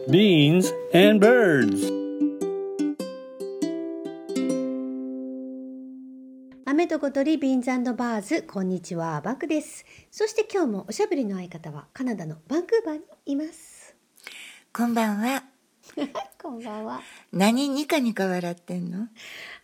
Beans and birds. 雨と小鳥ビーンズ&バーズ、こんにちは、バクです。そして今日もおしゃべりの相方はカナダのバンクーバーにいます。 こんばんは。 こんばんは。 何ニカニカ笑ってんの？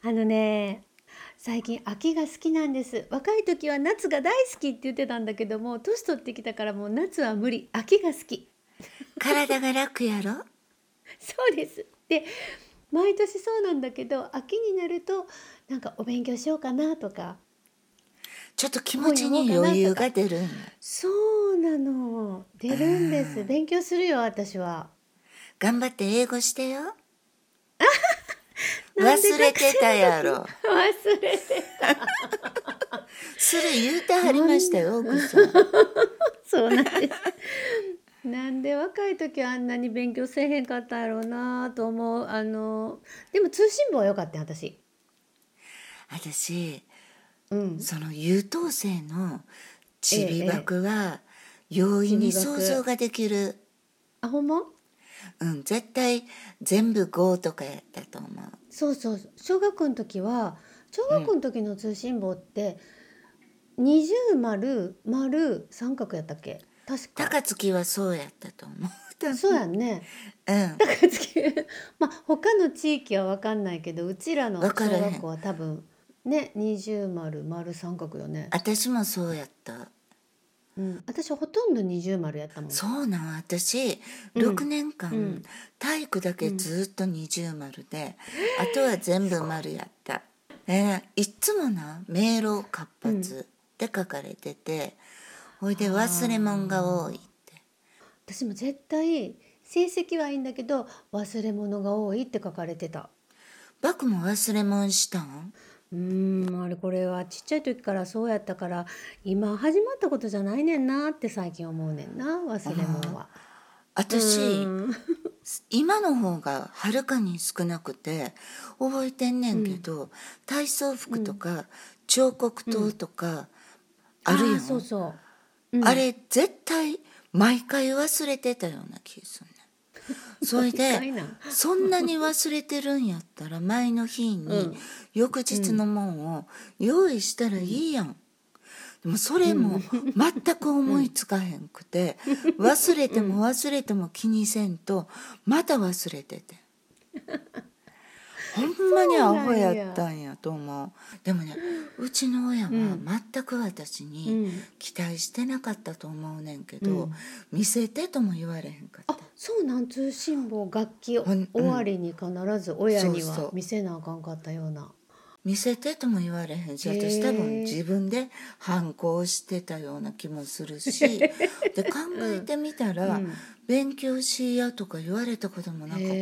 最近秋が好きなんです。若い時は夏が大好きって言ってたんだけども、年取ってきたからもう夏は無理、秋が好き。 体が楽やろ？ そうです。で、毎年そうなんだけど、秋になるとなんかお勉強しようかなとか、 ちょっと気持ちに余裕が出るんや。 そうなの、出るんです。勉強するよ、私は。 頑張って英語してよ。 なんで忘れてたやろ。 忘れてた。 する言うてはりましたよ、奥さん。 そうなんです。なんで若い時はあんなに勉強せえへんかったやろうなと思う。でも通信簿は良かったよ、私。 私、 うん。 その優等生のちびばええくは容易に想像ができる。 あ、ほんま？ 絶対全部5とかやったと思う。 そうそう。小学校の時は、小学校の時の通信簿って二重丸、丸、三角やったっけ？確か。 高槻はそうやったと思う。 そうやんね。 うん。 高槻まあ他の地域は分かんないけど、うちらの小分からへん学校は多分ね、二重丸、丸三角よね。 私もそうやった。 私ほとんど二重丸やったもん。 そうなん、私うん 6年間、 うん体育だけずっと二重丸で、あとは全部丸やった。いっつもな迷路活発って書かれてて、ほいで忘れ物が多いって。 私も絶対成績はいいんだけど忘れ物が多いって書かれてた。 バクも忘れ物したん？ あれこれはちっちゃい時からそうやったから、今始まったことじゃないねんなって最近思うねんな、忘れ物は。 私今の方がはるかに少なくて覚えてんねんけど、体操服とか彫刻刀とかあるやん。 そうそう、 あれ絶対毎回忘れてたような気がするね。それでそんなに忘れてるんやったら前の日に翌日のもんを用意したらいいやん。でもそれも全く思いつかへんくて、忘れても忘れても気にせんとまた忘れてて、ほんまにアホやったんやと思う。でもね、うちの親は全く私に期待してなかったと思うねんけど、見せてとも言われへんかった。 あ、そうなん？通信簿楽器終わりに必ず親には見せなあかんかったような。 見せてとも言われへんし、私多分自分で反抗してたような気もするしで考えてみたら、勉強しやとか言われたこともなかった。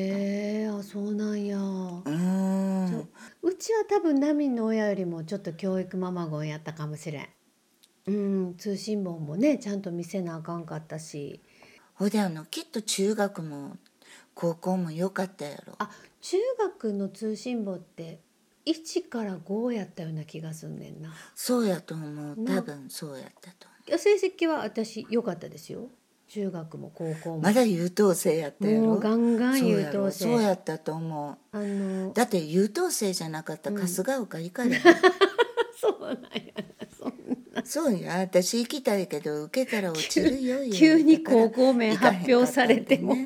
あ、そうなんや。 うちは多分ナミンの親よりもちょっと教育ママゴンやったかもしれん。通信簿もねちゃんと見せなあかんかったし。 ほいできっと中学も高校も良かったやろ。 あ、中学の通信簿って1から5やったような気がすんねんな。 そうやと思う。多分そうやったと思成績は私良かったですよ。中学も高校も。 う。まだ優等生やったやろ。 もうガンガン優等生。 そうやったと思う。だって優等生じゃなかったら春日丘行かれへん。 そうなんやな。 そうや、私行きたいけど受けたら落ちるよ。 急に高校名発表されても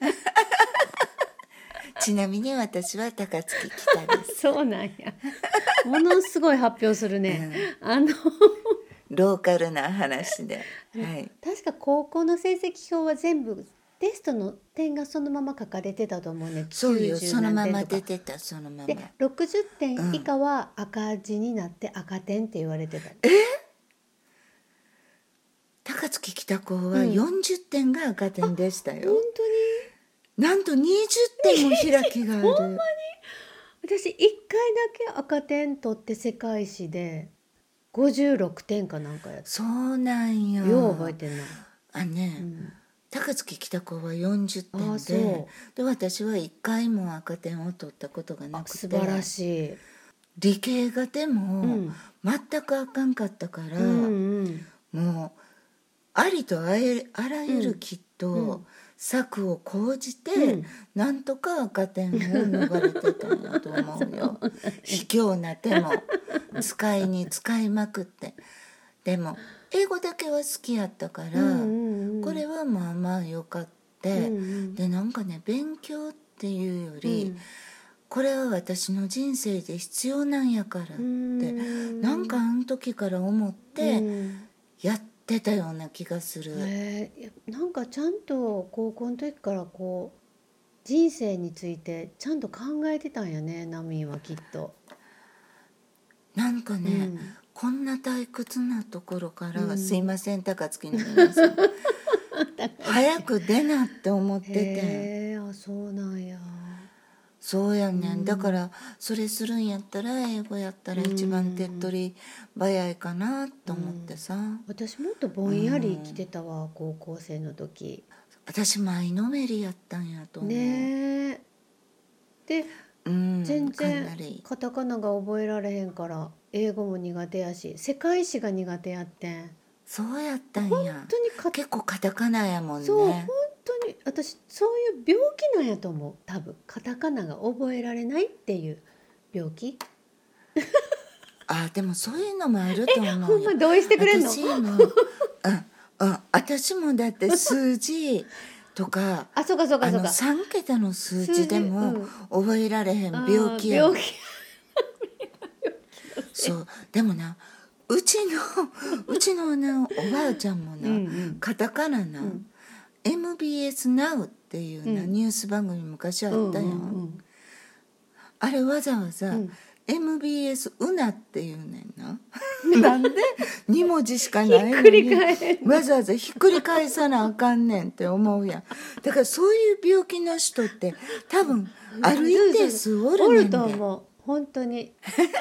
ちなみに私は高槻北です。 そうなんや。ものすごい発表するね。 ローカルな話で、 確か高校の成績表は全部テストの点がそのまま書かれてたと思うね。 そうよ、そのまま出てた。そのままで60点以下は赤字になって赤点って言われてた。 高槻北高は40点が赤点でしたよ。 本当に？ なんと20点も開きがある。 ほんまに？私1回だけ赤点取って世界史で56点かなんかやった。 そうなんよ。 よう覚えてんな。 高槻北高は40点で私は1回も赤点を取ったことがなくて。 素晴らしい。 理系がでも全くあかんかったから、もうありとあらゆるきっと策を講じて、なんとか赤点を逃れてたんやと思うよ。卑怯な手も使いに使いまくって。でも英語だけは好きやったから、これはまあまあよかった。でなんかね、勉強っていうより、これは私の人生で必要なんやからって、なんかあの時から思ってやってたような気がする。 なんかちゃんと高校の時からこう人生についてちゃんと考えてたんやね、ナミンはきっと。 なんかね、こんな退屈なところから、すいません高槻の皆さん早く出なって思ってて。 あ、そうなんや。 そうやねん、だからそれするんやったら英語やったら一番手っ取り早いかなと思ってさ。 私もっとぼんやり来てたわ、高校生の時。 私前のめりやったんやと思う。 ねで、全然カタカナが覚えられへんから英語も苦手やし、世界史が苦手やってん。 そうやったんや。 本当に結構カタカナやもんね。 そう、本当に私そういう病気なんやと思う。多分カタカナが覚えられないっていう病気。 あ、でもそういうのもあると思うよ。 ほんま同意してくれんの？ 私もだって数字とかそうか 3桁の数字でも覚えられへん病気や。そうでもな、うちのなおばあちゃんもな、カタカナな、MBS NOW っていうな、ニュース番組昔あったやん。あれわざわざ、MBS ウナっていうねんな。なんで2文字しかないのにわざわざひっくり返さなあかんねんって思うやん。だからそういう病気の人って多分ある一定数おるねんで。 おると思う、本当に。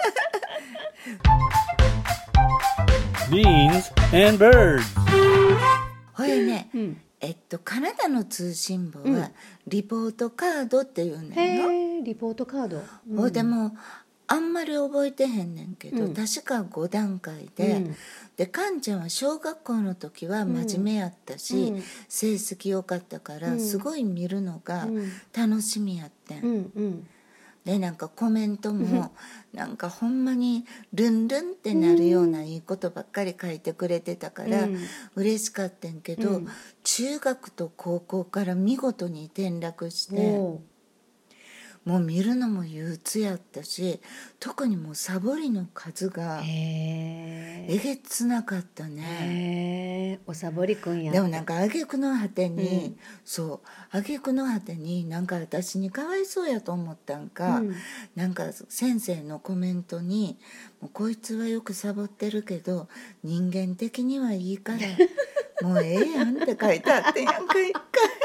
Beans and birds. ほいね、カナダの通信簿はリポートカードっていうねんの。 リポートカード。 ほいでもあんまり覚えてへんねんけど、確か5段階で、でカンちゃんは小学校の時は真面目やったし、成績良かったから、すごい見るのが楽しみやってん。でなんかコメントもなんかほんまにルンルンってなるようないいことばっかり書いてくれてたから嬉しかったんけど、中学と高校から見事に転落して、もう見るのも憂鬱やったし、特にもうサボりの数がえげつなかったね。 おサボりくんや。 でもなんか挙句の果てに、挙句の果てになんか私にかわいそうやと思ったんか、なんか先生のコメントにもうこいつはよくサボってるけど人間的にはいいからもうええやんって書いてあってやんか一回。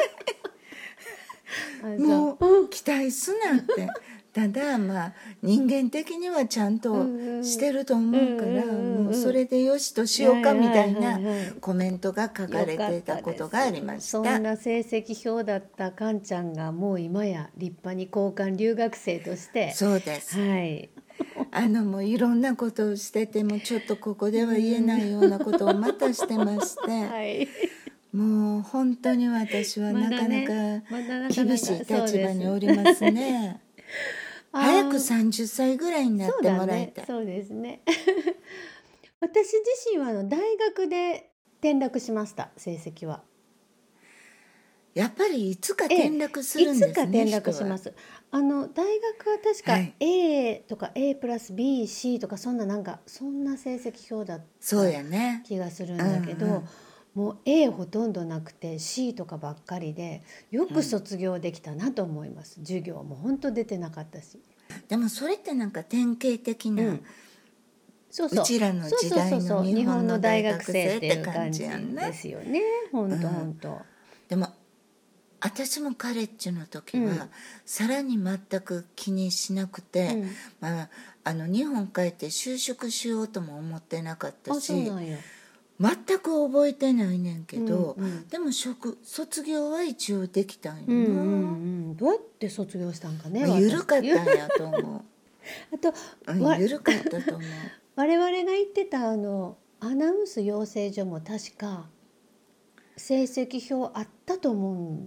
もう期待すなって。ただまあ人間的にはちゃんとしてると思うから、もうそれでよしとしようかみたいなコメントが書かれてたことがありました。 そんな成績表だったカンちゃんがもう今や立派に交換留学生として。 そうです。 はい。 もういろんなことをしててもちょっとここでは言えないようなことをまたしてまして。はい。もう本当に私はなかなか厳しい立場におりますね。早く30歳ぐらいになってもらいたい。 そうですね。私自身は大学で転落しました。成績はやっぱりいつか転落するんですね。 いつか転落します。大学は確か A とか A プラス BC とかそんな成績表だった気がするんだけど、もう A ほとんどなくて C とかばっかりでよく卒業できたなと思います。授業も本当出てなかったし。 でもそれってなんか典型的な、うちらの時代の日本の大学生って感じやんな。 ですよね。本当。 でも私もカレッジの時は、さらに全く気にしなくて、日本帰って就職しようとも思ってなかったし、全く覚えてないねんけど、でも卒業は一応できたんよな。 どうやって卒業したんかね。 緩かったんやと思う。 あと、 緩かったと思う。 我々が行ってたアナウンス養成所も確か成績表あったと思うん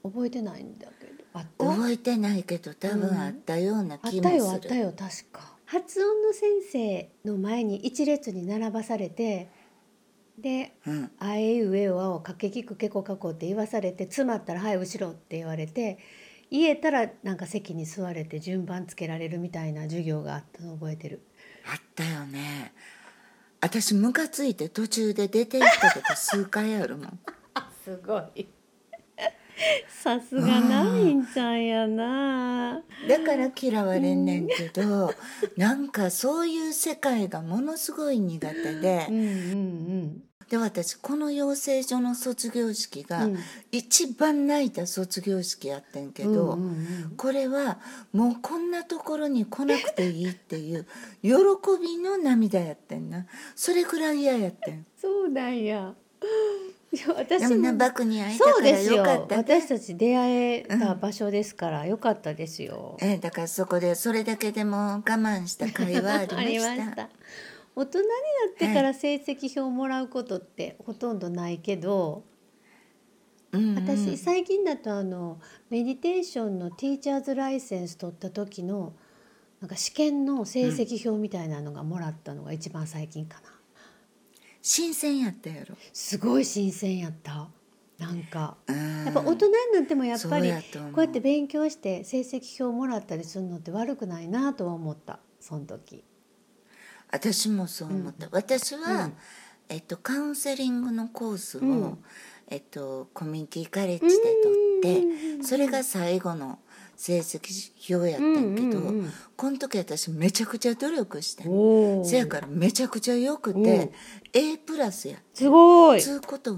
覚えてないんだけど、あった？ 覚えてないけど多分あったような気もする。 あったよ確か。発音の先生の前に一列に並ばされて、で、あえいうえおあおかけきくけこかこって言わされて、詰まったらはい後ろって言われて、言えたらなんか席に座れて順番つけられるみたいな授業があったの覚えてる。 あったよね。私ムカついて途中で出て行ったこと数回あるもん。 すごい。さすがナミンちゃんやな。 だから嫌われんねんけど、なんかそういう世界がものすごい苦手で、で私この養成所の卒業式が一番泣いた卒業式やってんけど、これはもうこんなところに来なくていいっていう喜びの涙やってんな。それくらい嫌やってん。 そうなんや。私でもな、バクに会えたからよかった、ね、 私たち出会えた場所ですから、よかったですよ。 だからそこでそれだけでも我慢した甲斐はありました。ありました。 大人になってから成績表をもらうことってほとんどないけど、私最近だとメディテーションのティーチャーズライセンス取った時のなんか試験の成績表みたいなのがもらったのが一番最近かな。 新鮮やったやろ。 すごい新鮮やった。なんかやっぱ大人になってもやっぱりこうやって勉強して成績表もらったりするのって悪くないなとは思ったその時。 私もそう思った。私は、カウンセリングのコースを、コミュニティカレッジで取って、それが最後の成績表やったんけど、この時私めちゃくちゃ努力してん。せやからめちゃくちゃよくて、A プラスやって。 すごい。 つうことは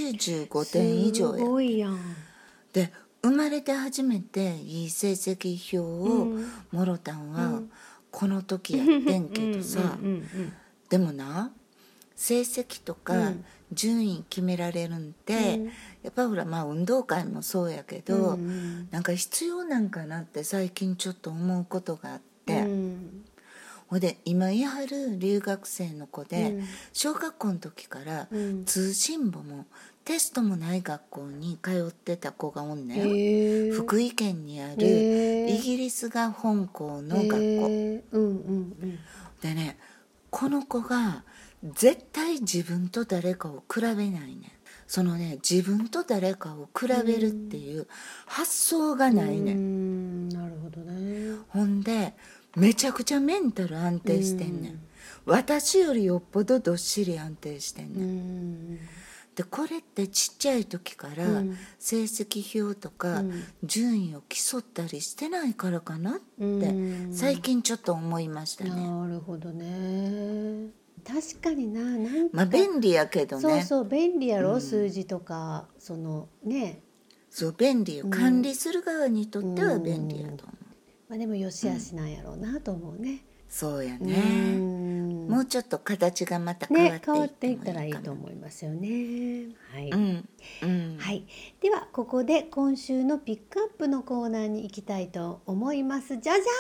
95点以上や。 すごいやん。 で、生まれて初めていい成績表をもろたんは、この時やってんけどさ、でもな、成績とか順位決められるんて、やっぱほらまあ運動会もそうやけど、なんか必要なんかなって最近ちょっと思うことがあって、ほいで今いはる留学生の子で、小学校の時から通信簿もテストもない学校に通ってた子がおんねん。福井県にあるイギリスが本校の学校、でね、この子が絶対自分と誰かを比べないねん。そのね、自分と誰かを比べるっていう発想がないねん。 なるほどね。 ほんでめちゃくちゃメンタル安定してんねん。私よりよっぽどどっしり安定してんねん。でこれってちっちゃい時から成績表とか順位を競ったりしてないからかなって最近ちょっと思いましたね。 なるほどね。確かになんかまあ便利やけどね。 そうそう便利やろ、数字とかそのね。 そう便利よ、管理する側にとっては便利やと思う。 まあでも良し悪しなんやろうなと思うね。 そうやね。もうちょっと形がまた変わっていったらいいと思いますよね。はい、 はい。 ではここで今週のピックアップのコーナーに行きたいと思います。じゃじゃーん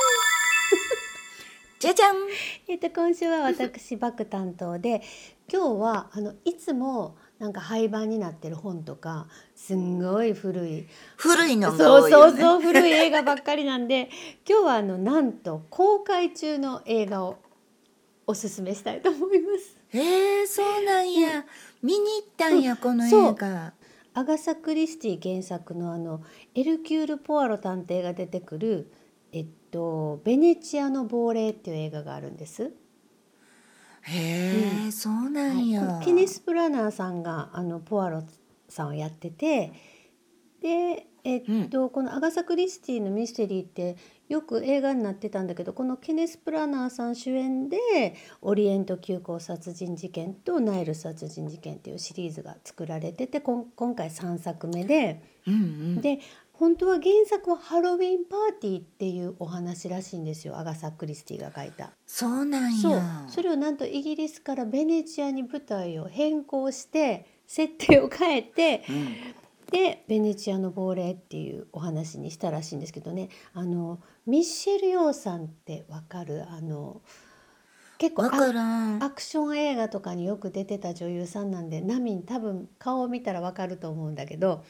じゃじゃん。 今週は私バク担当で、今日はいつもなんか廃盤になってる本とかすんごい古いのが多いよね。 そう古い映画ばっかりなんで今日はなんと公開中の映画をおすすめしたいと思います。 そうなんや、見に行ったんや、この映画。 アガサ・クリスティ原作のエルキュール・ポアロ探偵が出てくるベネチアの亡霊っていう映画があるんです。 そうなんや。 ケネス・ブラナーさんがポアロさんをやってて、でこのアガサ・クリスティのミステリーってよく映画になってたんだけど、このケネス・ブラナーさん主演でオリエント急行殺人事件とナイル殺人事件っていうシリーズが作られてて、今回3作目で、で本当は原作はハロウィンパーティーっていうお話らしいんですよ、アガサ・クリスティが書いた。 そうなんや。 それをなんとイギリスからベネチアに舞台を変更して設定を変えて、でベネチアの亡霊っていうお話にしたらしいんですけどね、ミッシェル・ヨーさんってわかる？結構アクション映画とかによく出てた女優さんなんで、ナミン多分顔を見たらわかると思うんだけど、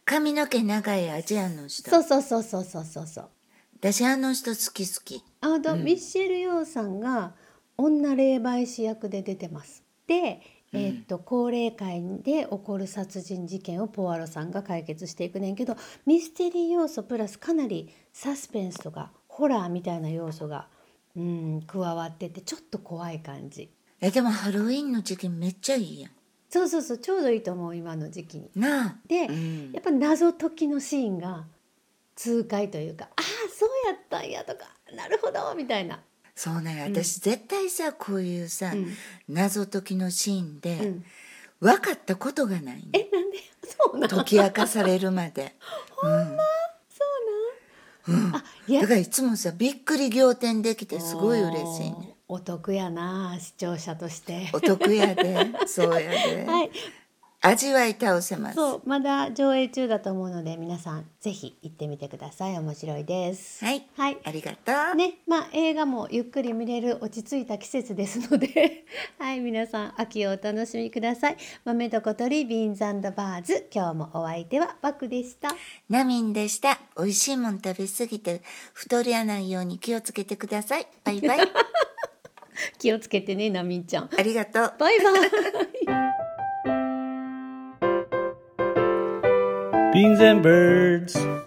髪の毛長いアジアの人。 そう。 私あの人好き。 ミッシェル・ヨーさんが女霊媒師役で出てます。で、高齢会で起こる殺人事件をポアロさんが解決していくねんけど、ミステリー要素プラスかなりサスペンスとかホラーみたいな要素が、加わっててちょっと怖い感じ。 でもハロウィンの時期めっちゃいいやん。 そうちょうどいいと思う、今の時期に。 なあ。 で、やっぱ謎解きのシーンが痛快というか、そうやったんやとか、なるほどみたいな。 そうね、私絶対さ、こういうさ、謎解きのシーンで、分かったことがない、 なんで？そうなん？ 解き明かされるまで。 ほんま？そうなん？ だからいつもさ、びっくり仰天できてすごい嬉しいね。 お得やな、視聴者として。 お得やで、そうやで。はい。味わい倒せます。 そう、まだ上映中だと思うので、皆さんぜひ行ってみてください。面白いです。 はい。ありがとう。 ね、映画もゆっくり見れる落ち着いた季節ですので、はい、皆さん秋をお楽しみください。豆と小鳥ビーンズ&バーズ、今日もお相手はバクでした。 ナミンでした。美味しいもん食べ過ぎて太りやないように気をつけてください。バイバイ。 気をつけてね、ナミンちゃん。 ありがとう。 バイバイ。 Beans and birds.